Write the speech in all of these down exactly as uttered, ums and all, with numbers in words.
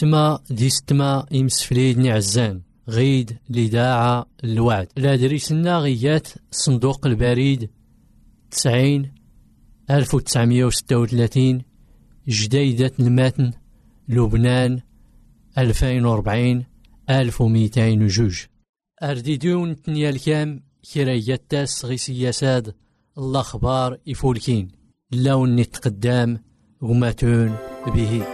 ستما دي ستما يمسفليد نعزان غيد لداعة الوعد لا دريسنا غيات صندوق البريد تسعين ألف وتسعمية وستة وثلاثين جديدة المتن لبنان ألفين وربعين ألف ومئتين وجوج أرديدون تنيا الكام كرايات تاس غي سياساد الأخبار يفولكين اللون نتقدام وماتون به.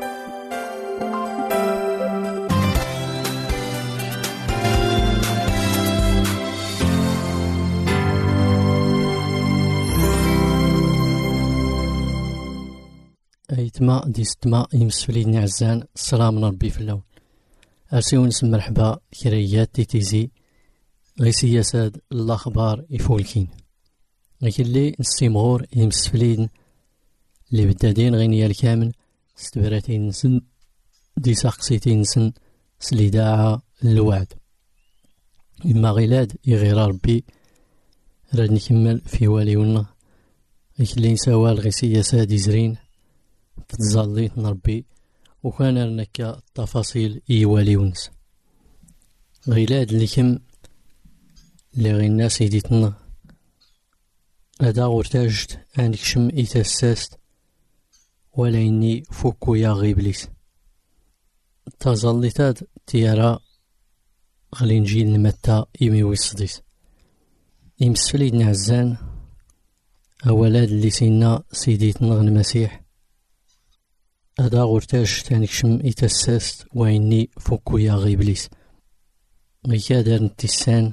ايتما ديستما يمسفلي نعزان السلام من ربي في اللون ارسيو نسم مرحبا كريات دي تيزي غي سياساد الاخبار يفولكين غيك اللي نستيمغور يمسفلين اللي بدادين غينيا الكامل ستبراتين نسن دي ساقسيتين نسن سليداعة الوعد إما غيلاد يغير ربي راد نكمل في واليونا غيك اللي نساوال غي سياساد يزرين تتزاليت نربي وكان رنكا التفاصيل ايوالي ونس غيلاد اللي كم اللي غي الناس يديتنا هذا غرتاجت انك شم ايتاساست ولا اني فوكو يا غيبليس تزاليتاد تيارا غلي نجي المتا ايمي ويصديس يمسفلي نعزان اولاد اللي سينا سيديتنا المسيح هذا غرتاج تانيك شم إتساست وإني فوكو يا غيبليس غيكا دار نتسان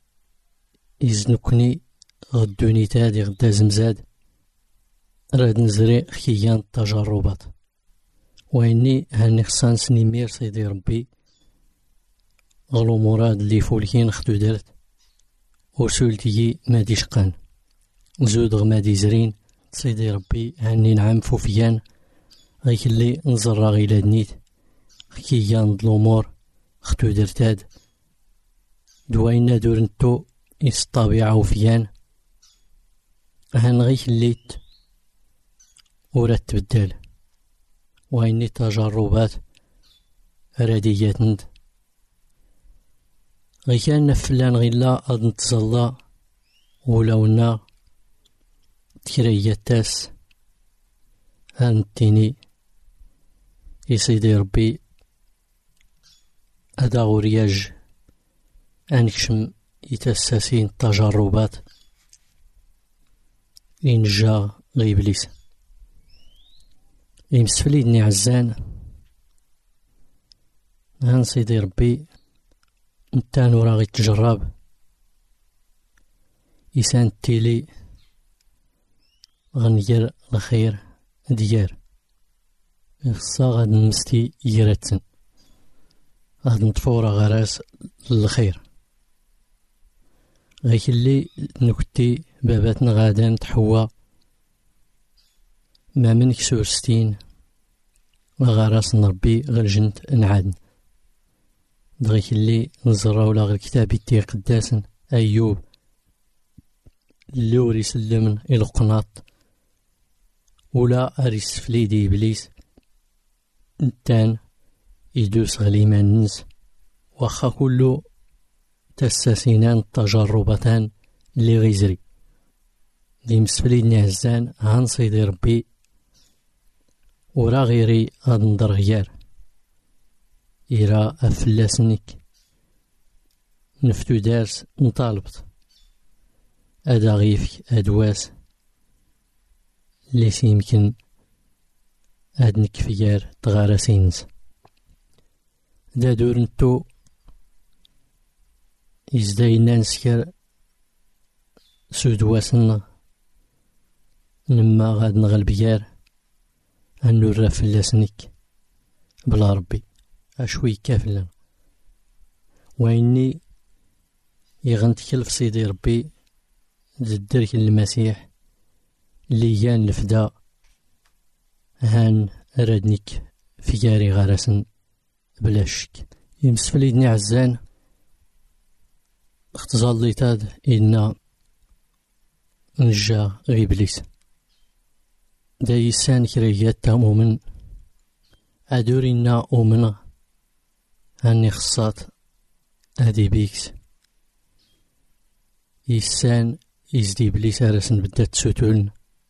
إزنكني غدوني تادي غدا زمزاد راد نزري خيان التجربات وإني هاني خصان سنيمير سيدي ربي غلو مراد اللي فولكين خدو دارت وسولتي ما ديشقان زود غمادي زرين سيدي ربي هاني نعم فوفيان غيك اللي نزرى غيلا دنيت خكيان دلومور ختو درتاد دوينا دورنتو إس الطبيعة وفيان هان غيك الليت ورا تبدل وإني تجربات رديات ند غيكان نفلان غيلا أد نتزلا ولونا تكريات تاس هانتيني يسيدي ربي هذا غورياج انكشم يتساسين التجربات إنجا غيبليس يمسفلي دني عزان هان سيدي ربي نتانو راغي تجرب يسان التيلي غنير الخير ديار خصا غاد نمستي يراتن غاد نطفورا غراس للخير غيك اللي نكتي باباتنا غادا تحوى ما منك سورستين وغراس نربي غير جنت نعادن دغيك اللي نزرا ولا غير كتابي تي قداسن أيوب اللي وري سلمن إلى قناط ولا أريس فليدي إبليس نتان يدوس غليمان نس واخا كلو تساسينان التجربتان اللي غيزري دي مسفلي نهزان هان سيدي ربي ورا غيري هاد ندر غيار إرا أفلاسنك نفتو دارس نطالبت أدا غيفك أدواس ليس يمكن هاد نكفيار تغارسينز دا دورنتو إزداينا نسكر سودواسنا نما غاد نغلبيار هنورا فلاسنك بلا ربي أشوي كافلا وإني يغنتكلف سيدي ربي زدرك المسيح اللي يان الفدا هان رادنيك في جاري غرسن بلا شك يمسفلي دني عزان اختزال ليتاد إنا نجا غيبليس دا يسان كريات تامومن أدورينا أمنا هاني خصات هادي بيكس يسان يزدي بلي سارسن بدات سوتولن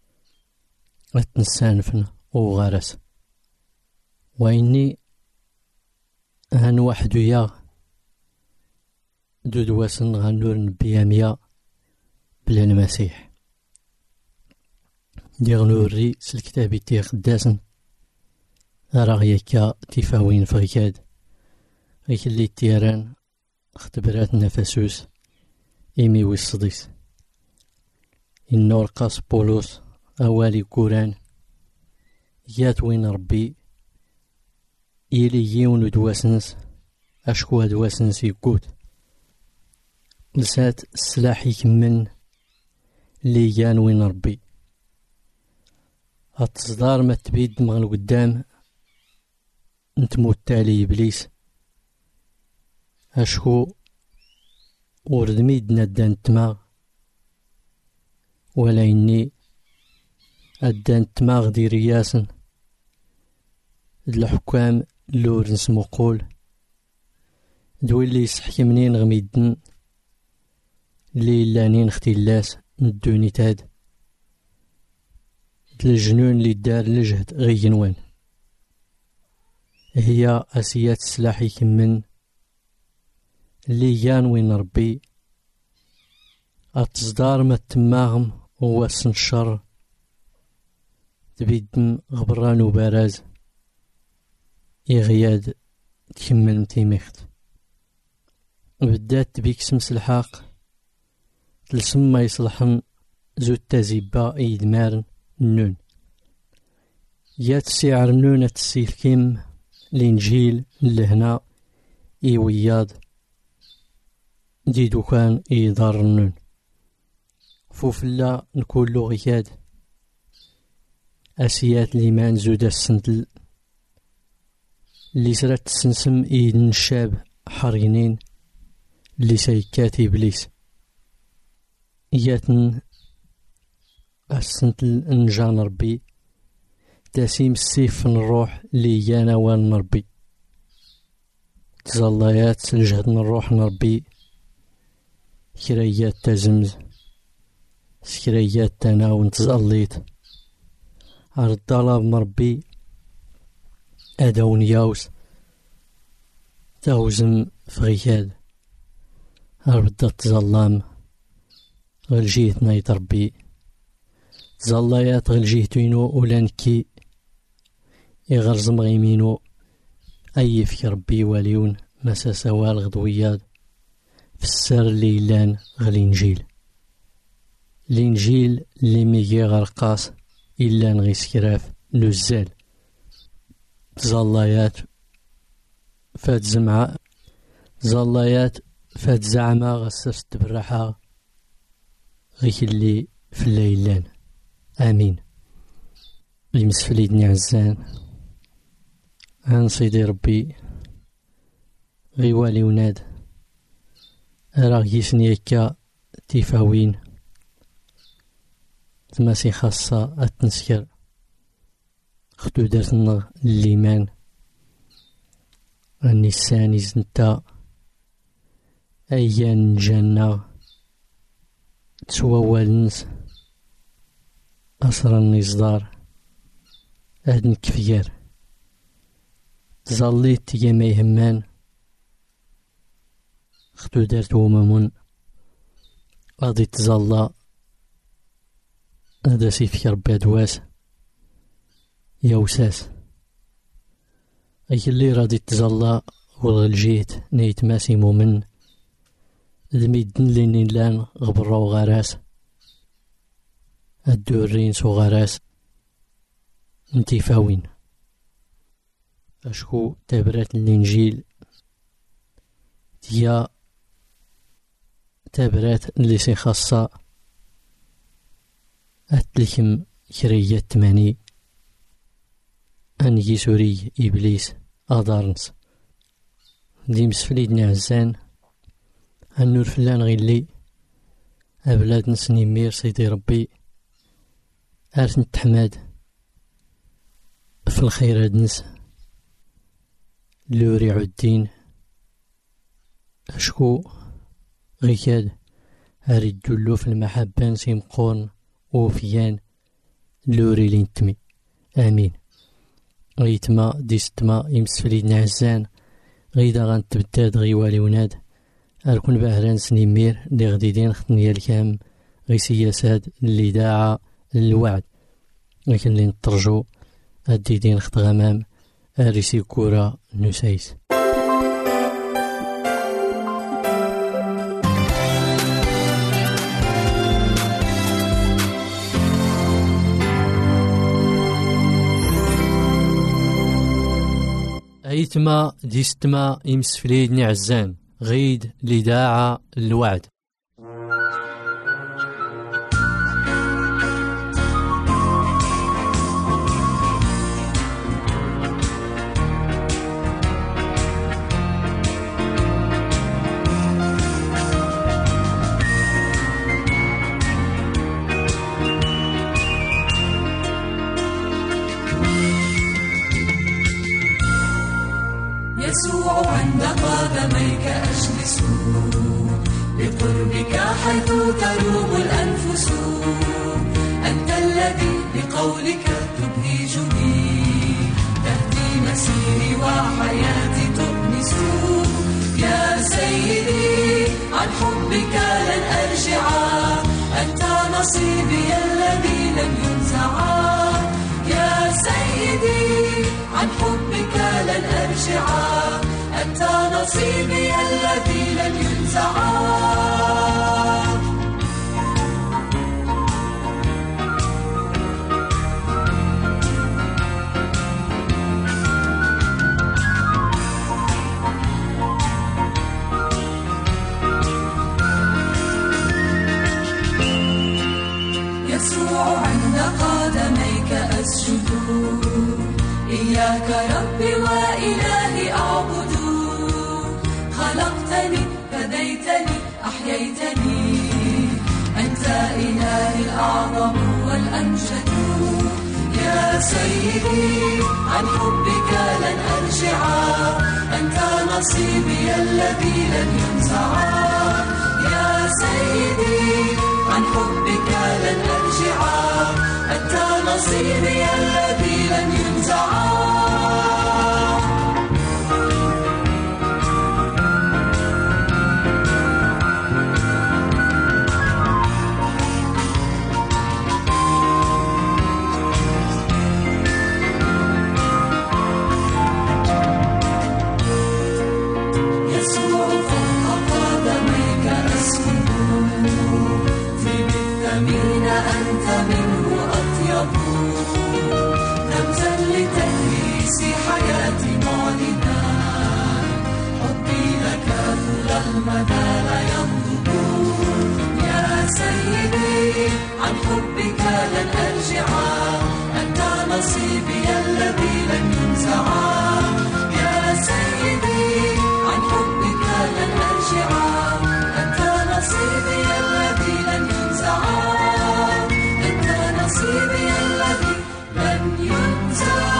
أتنسانفن وغارس وإني هان واحد ويا دود واسن غنور نبياميا بلا المسيح دي غنوري سلكتابي تي خداسن راه يكا تيفاوين فغيكاد غيك اللي تيران اختبرات نفسوس إيمي ويصديس النور قاس بولوس أوالي كوران يات وين ربي إلي يون دواسنس أشكو دواسنس يقود لسات السلاح يكمن لي يان وين ربي هتصدار ما تبيد مغل قدام نتموت تالي إبليس أشكو وردميد ندان التماغ ولا إني أدان التماغ دي رياسن الحكام اللور نسمو قول دوي اللي يصحي منين غميدن اللي لانين اختلاس ندوني تاد الجنون اللي دار لجهد غينوان هي أسيات السلاح يكمن اللي يان وين ربي أتصدار ما تماغم هو الشر تبيدم غبران وبراز إغياد تكمل متيميخت بدات بيك سمس الحاق تلسم ما يصلحن زو التزيبا إيدمارن النون يات سيعر نونة السيلكيم الإنجيل لهنا إيوياد ديدو كان إيدار النون فوفلا نكون لغياد أسيات ليمان زود السنتل اللي سرات تسنسم إيدن الشاب حرينين اللي سيكاتي إبليس إياتن السنتل انجان ربي تاسيم السيف الروح اللي يانا وان نربي تزلايات الجهد الروح نربي كريات تزمز سكريات تناون تزليت عرض طلب مربي أدون ياوس تاوزم فغياد عرض تزلام غلجيتنا يتربي تزلايات غلجيتينو ولانكي يغرزم غيمينو أي في ربي واليون مسا سوال غضوياد في السر اللي لان غالإنجيل الإنجيل اللي ميجي غرقاس إلا نغي سكراف نزال تزلايات فات زمعة زلايات فات زعمة غسست بالراحة غيك اللي في الليلان آمين. المسفليدني عزان عن صيدي ربي غيوالي وناد راه يسني كا تيفاوين تماسي خاصة التنسكر خدو درتنا الليمان النسان زنتا أيان جنة تسوالنس أسرى النصدار أهدن كفيار تزاليت يما يهمان خدو دارت ومامون غادي تزالا هذا سيفك ربي دواس يا وساس أي اللي غادي تزالا والجيت نيت ماسي مومن دميدن لين لان غبرا وغراس الدورين سو غراس انتي فاوين أشكو تبرات الإنجيل تيا تبرات اللي سي خاصة أتلكم كرية تماني أنجي سوري إبليس أدارنس دي مسفليدني عزان النور فلان غيلي أبلاد نسني مير سيدي ربي أرث نتحماد في الخير هاد نس لوري عدين أشكو غيكاد هاري الدلو في المحبان سيمقون وفيان لوري لينتمي. آمين. غيتما ديستما يمسفلي نعزان غيدا غنتبداد غيوالي وناد أركون بهران سنيمير لي غديدين ختنيا الكام غي سياساد اللي داعا للوعد لكن اللي نترجو الديدين خط غمام أريسي كورا نسايس. أيتما ديستما يمسفليد نعزان غيد لداعا الوعد. يسوع عند قدميك أجلس بقربك حيث تروم الأنفس أنت الذي بقولك تبهجني تهدي مسيري وحياتي تؤنس يا سيدي عن حبك لن أرجع أنت نصيبي الذي لن ينزع يا سيدي عن حبك لن أرجع أنت نصيبي الذي لن ينزع. يسوع عند قدميك أسجد إياك ربي وإلهي أعبد خلقتني فديتني أحييتني أنت إلهي الأعظم والأمجد يا سيدي عن حبك لن أرجع أنت نصيبي الذي لن ينزع يا سيدي عن حبك لن أرجع أنت نصيبي الذي لن ينزع. يسوع فوق قدميك أسكن في بالثمين أنت منه أطيب رمزا لتكريس حياتي معلنا حبي لك طول المدى لا ينضب يا سيدي عن حبك لن أرجع أنت نصيبي الذي لن ينزع يا سيدي عن حبك لن أرجع أنت نصيبي الذي لن ينزع أنت نصيبي الذي لن ينزع.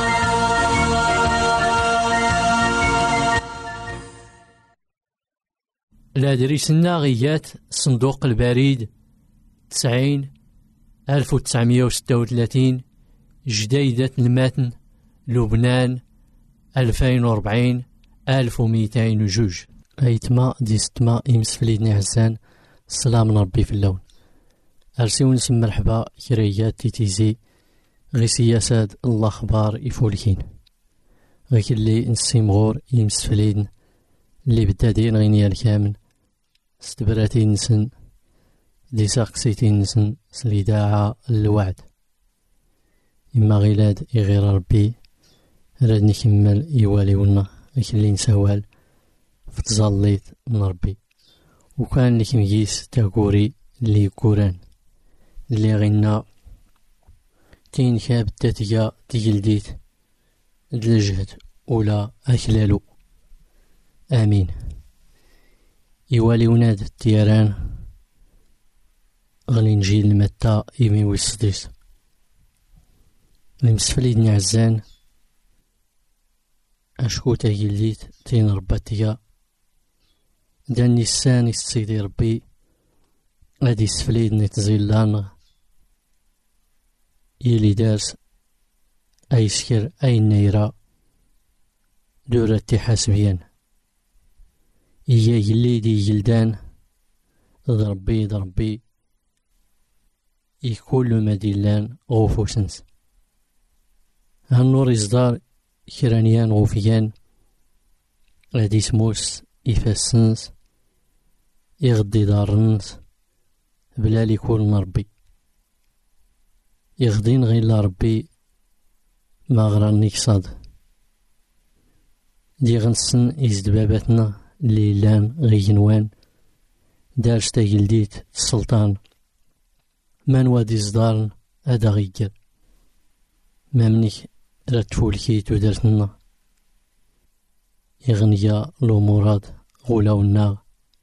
لادريسنا غيات صندوق البريد تسعين ألف وتسعمية وستة وثلاثين جديدة المتن لبنان ألفين وربعين ألف ومئتين وجوج. أيتما ديستما يمسفليدني عزان السلام من ربي في اللون أرسيون نسم مرحبا كريات تيتيزي غي سياسات الله خبار يفولكين غيك اللي نسيمغور يمسفليدن اللي بدادين غينيا الكامل استبراتي نسن دي ساقسيتي نسن سليداعا الوعد إما غيلاد يغير ربي راد نكمل يوالي ونا غيك اللي نسوال فتزاليت من ربي وكان لك مجيس تاكوري اللي كوران اللي غينا تين كاب تاتيا تجلديت دلجهد ولا أكلالو. آمين. يوالي وناد التيران غلي نجيل المتا إيمي ويسديس. المسفلي دني عزان أشكو تايليت تين رباتيا داني السان السيدي ربي غادي يسفليد نتزيلان يلي دارس أي سكر أي نيرة دورة تحاسبيان إيا يلي دي يلدان ضربي ضربي يكون مديلان غوفوسنس هالنور إصدار كرانيان غوفيان غادي سموس يفاسنس يغدي دارنس بلا لي يكون ربي يغدين غير ربي ما غرانيك صاد دي غنسن إزد باباتنا ليلان غينوان دارش تايلديت السلطان من وادي صدارن هذا غير مامنيك رتفولكي تودرتنا يغنيا لو مراد غولاو الناغ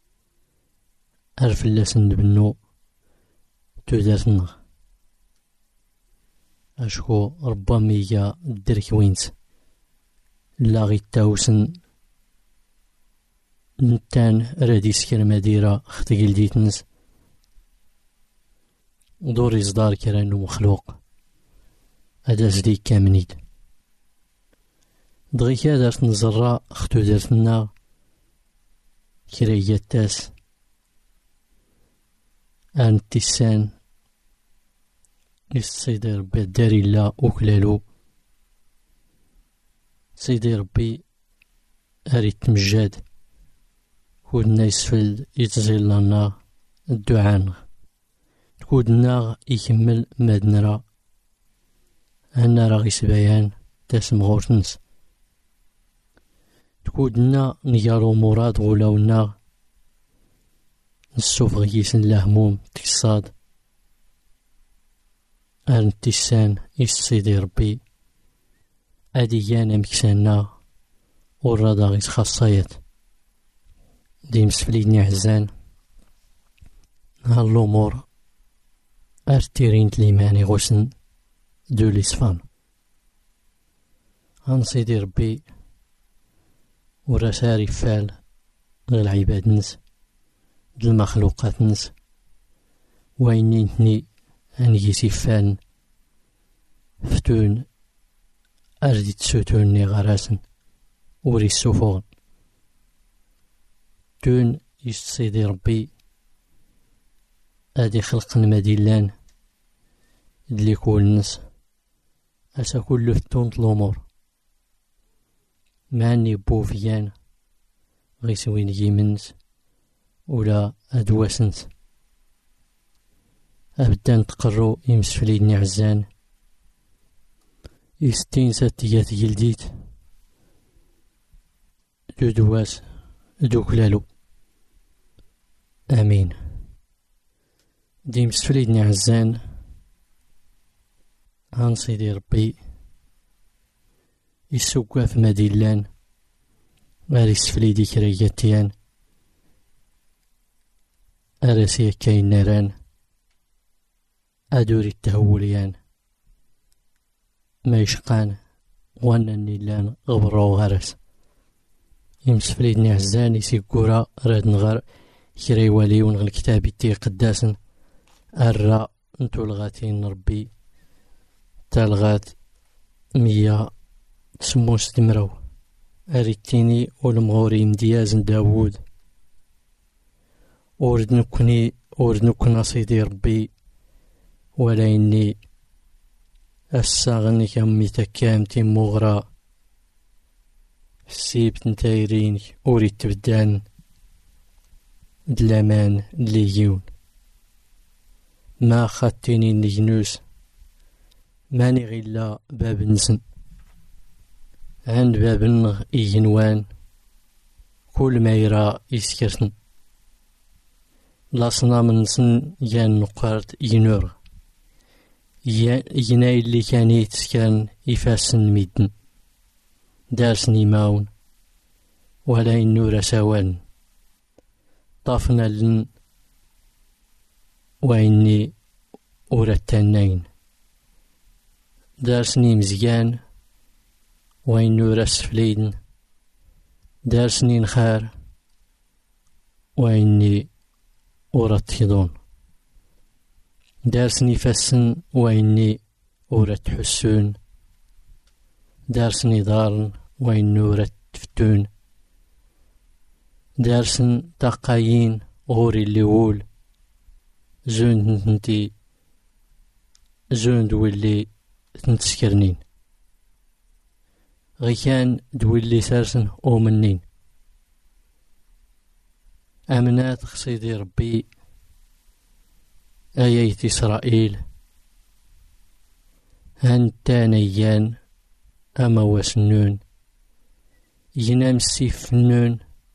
عرف اللسن بنو تودرتنا أشكو ربما يجا الدرك وينس لا غي تاوسن نتان راديس كالمديرة اختقل ديتنس دور إصدار كرانو مخلوق هذا زدي كامنيد دغيكا دارت نزرع اختو دارتنا كرايا تاس ان تيسان سيدي ربي داري لا وكلالو سيدي ربي هاري تمجاد كودنا يسفل يتزيلنا الدعان كودنا يكمل مادنرا أنا راغي سبايان تاسم غورتنس تكودنا نيارو مراد غولاونا نسوف غيسن لهموم تكصاد أن تيسان يسيدي ربي أديانا مكسانا ورادا غيس خاصايات دي مسفليدني عزان هالأمور أرتيرين تليماني غسن دولي صفان عن سيدي ربي ورساري فال غير العباد نس د المخلوقات نس وين نتني أني سيفان فتون أردي تسوتوني غراسن وري السفون تون يست سيدي ربي أدي خلق المديلان اللي كل نس أسا كله فتون الأمور ماني بوفيان غيسوين يمنس ولا أدواسنس أبدان تقرو يمسفليدني عزان يستين ساتيات جلديت دو دواس دو كلالو آمين دي مسفليدني عزان عن سيدي ربي يسوقا في مديلان غير يسفليدي كرياتيان أرسي كاين ناران أدوري التهوليان ما يشقان وانا النيلان غبرو غرس يمسفليدني عزان يسيقورا راد نغر كري واليون غل كتابي تي قداسن الرا انتو لغاتين ربي تالغات مية تسموس دمرو أريتيني والمغوري مديازن داوود أورد نكني أورد نكنا سيدي ربي ولا إني الساغني كمي تكامتي مغرى سيبت نتايرين أوريد تبدان دلامان ليون ما خاتيني نجنوس ماني غيلا باب نسن عند باب النغ إيجنوان كل ما يرى يسكرتن لاصنا من نسن يان نقارت ينور يناي اللي كان يتسكن يفاسن ميدن دارسني ماون ولا النور سوان طافنا لن وإني أورتنين دارسني مزيان وين نورس فليدن دار سنين خير وإني أورت هضون دار سني فسن وإني أورت حسون دار سني دارن وإن أورت فتون دار سن تقايين غوري اللي وول زون نتي زون دولي تنتسكرنين غي كان دولي سارسن أو منين أمنات خصيدي ربي آيات إسرائيل هانتانيان أما وسنون ينام السيف فنون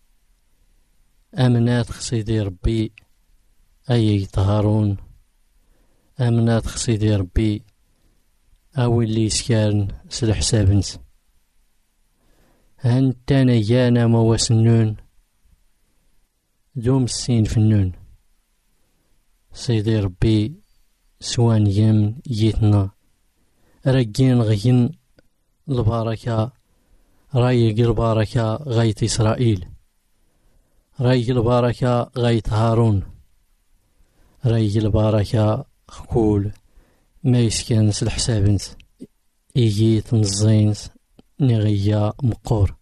أمنات خصيدي ربي آيات هارون أمنات خصيدي ربي أوي اللي سكارن سلحسابنس هانتانيان أما وسنون دوم السين فنون سيدي ربي سوان يم يتنا رجين غين البركة رايق البركة غايت إسرائيل رايق البركة غايت هارون رايق البركة خكول ما يسكنس الحسابنس إيجيت نزينس نغيا مقور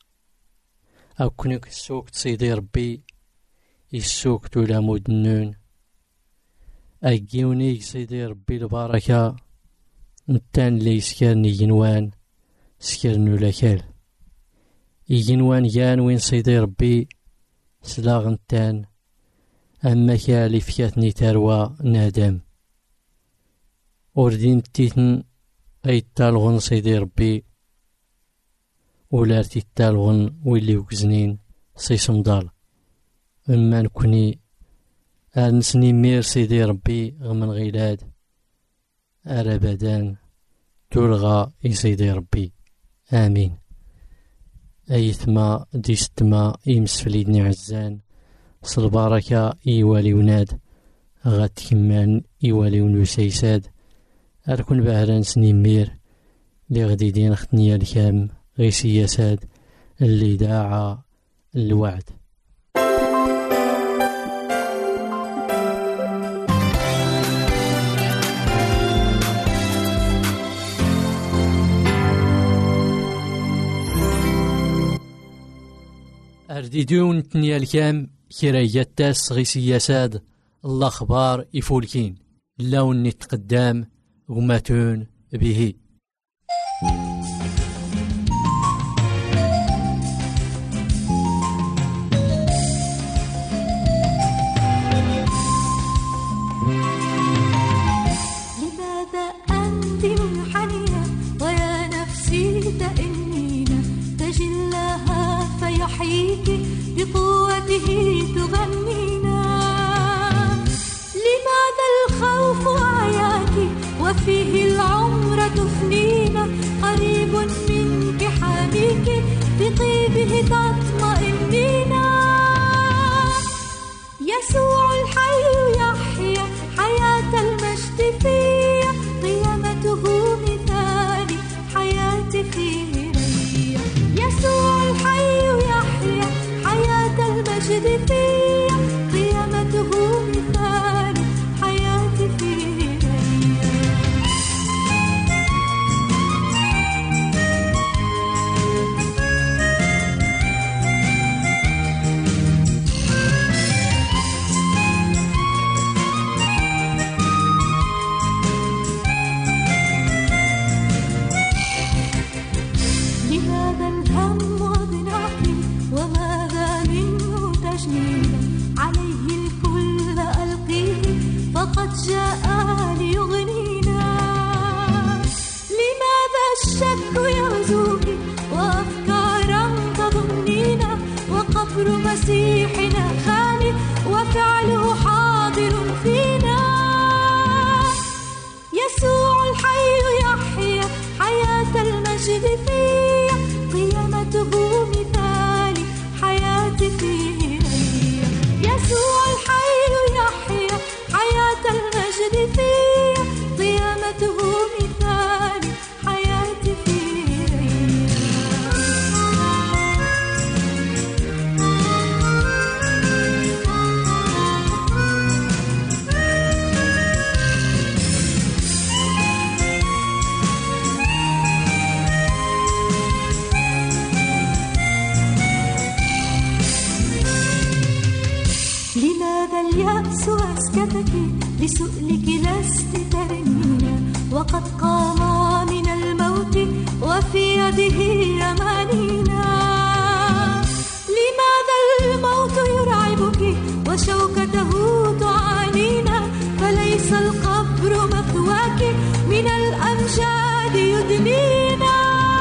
أكونك السوق سيدي ربي السوق تولا مدنون أجيونيك سيدي ربي البركة نتان لي سكرني ينوان سكرنو لكال ينوان يان وين سيدي ربي سلاغ نتان أما كالي فياتني تروى نادم أردين تيتن أي تالغن سيدي ربي ولارتي تالغن ويلي وكزنين سيسم دال أما نكوني أنسني مير سيدي ربي غمن غيلاد أرابدان تلغى سيدي ربي آمين أيثما ديستما يمسفليدني عزان صلباركا إيوالي وناد غات كمان إيوالي ونوسيساد أركن بهران سني مير لغدي دين اختنيا الكام غيسي يساد اللي داعى الوعد أرديدون تنيا الكام كرايتاس غيسي يساد الأخبار يفولكين اللون نتقدام وماتون به بقوته تغنينا لماذا الخوف أعياك وفيه العمر تفنينا قريب منك حاميك بطيبه تطمئنينا يسوع الحي يحيا حياة المجد فيا قيامته مثالي حياتي فيه ريا يسوع الحي يحيا حياة المجد فيا قيامته مثالي حياتي فيه ريا لهذا الهم وضناكي وماذا منه تجنينا عليه الكل ألقيه فقد جاء ليغنينا لماذا الشك يغزوك وأفكارا تضنينا وقبر مسيحنا خالي وفعله حاضر فينا يسوع الحي يحيا حياة المجد فيا قيامته مثالي حياتي فيه ريا يسوع الحي يحيا حياة المجد فيا قيامته مثالي حياتي فيه ريا لماذا اليأس أسكتك؟ لسؤلك لست ترنين، وقد قام من الموت وفي يده أمانينا. لماذا الموت يرعبك وشوكته تعانينا؟ فليس القبر مثواك، من الأمجاد يدنينا.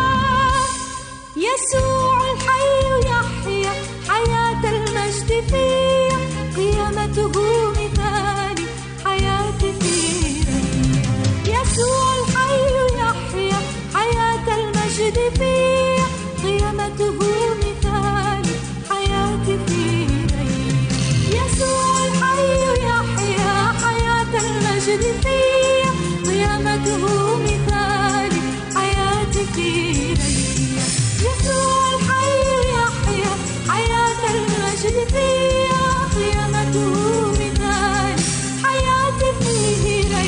يسوع الحي يحيا حياة المجد فيا، قيامته مثالي حياتي فيا. يسوع الحي يحيا حياة المجد فيا، قيامته مثالي حياتي فيا. يسوع الحي يحيا حياة المجد فيا، قيامته مثالي حياتي فيا. يسوع الحي يحيا حياة المجد فيا، قيامته مثالي حياتي فيا.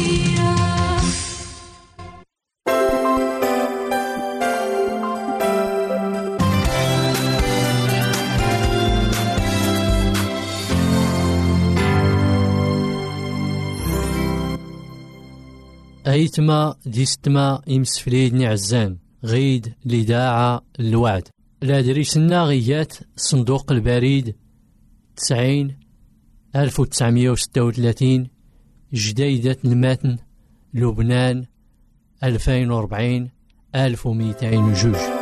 أيتما ديستما إمسفليدني عزان غيد لداعة الوعد. لا دريسنا غيات صندوق البريد تسعين ألف وتسعمية وستة وثلاثين جديدة المتن لبنان ألفين وأربعين ألف ومئتين وجوج.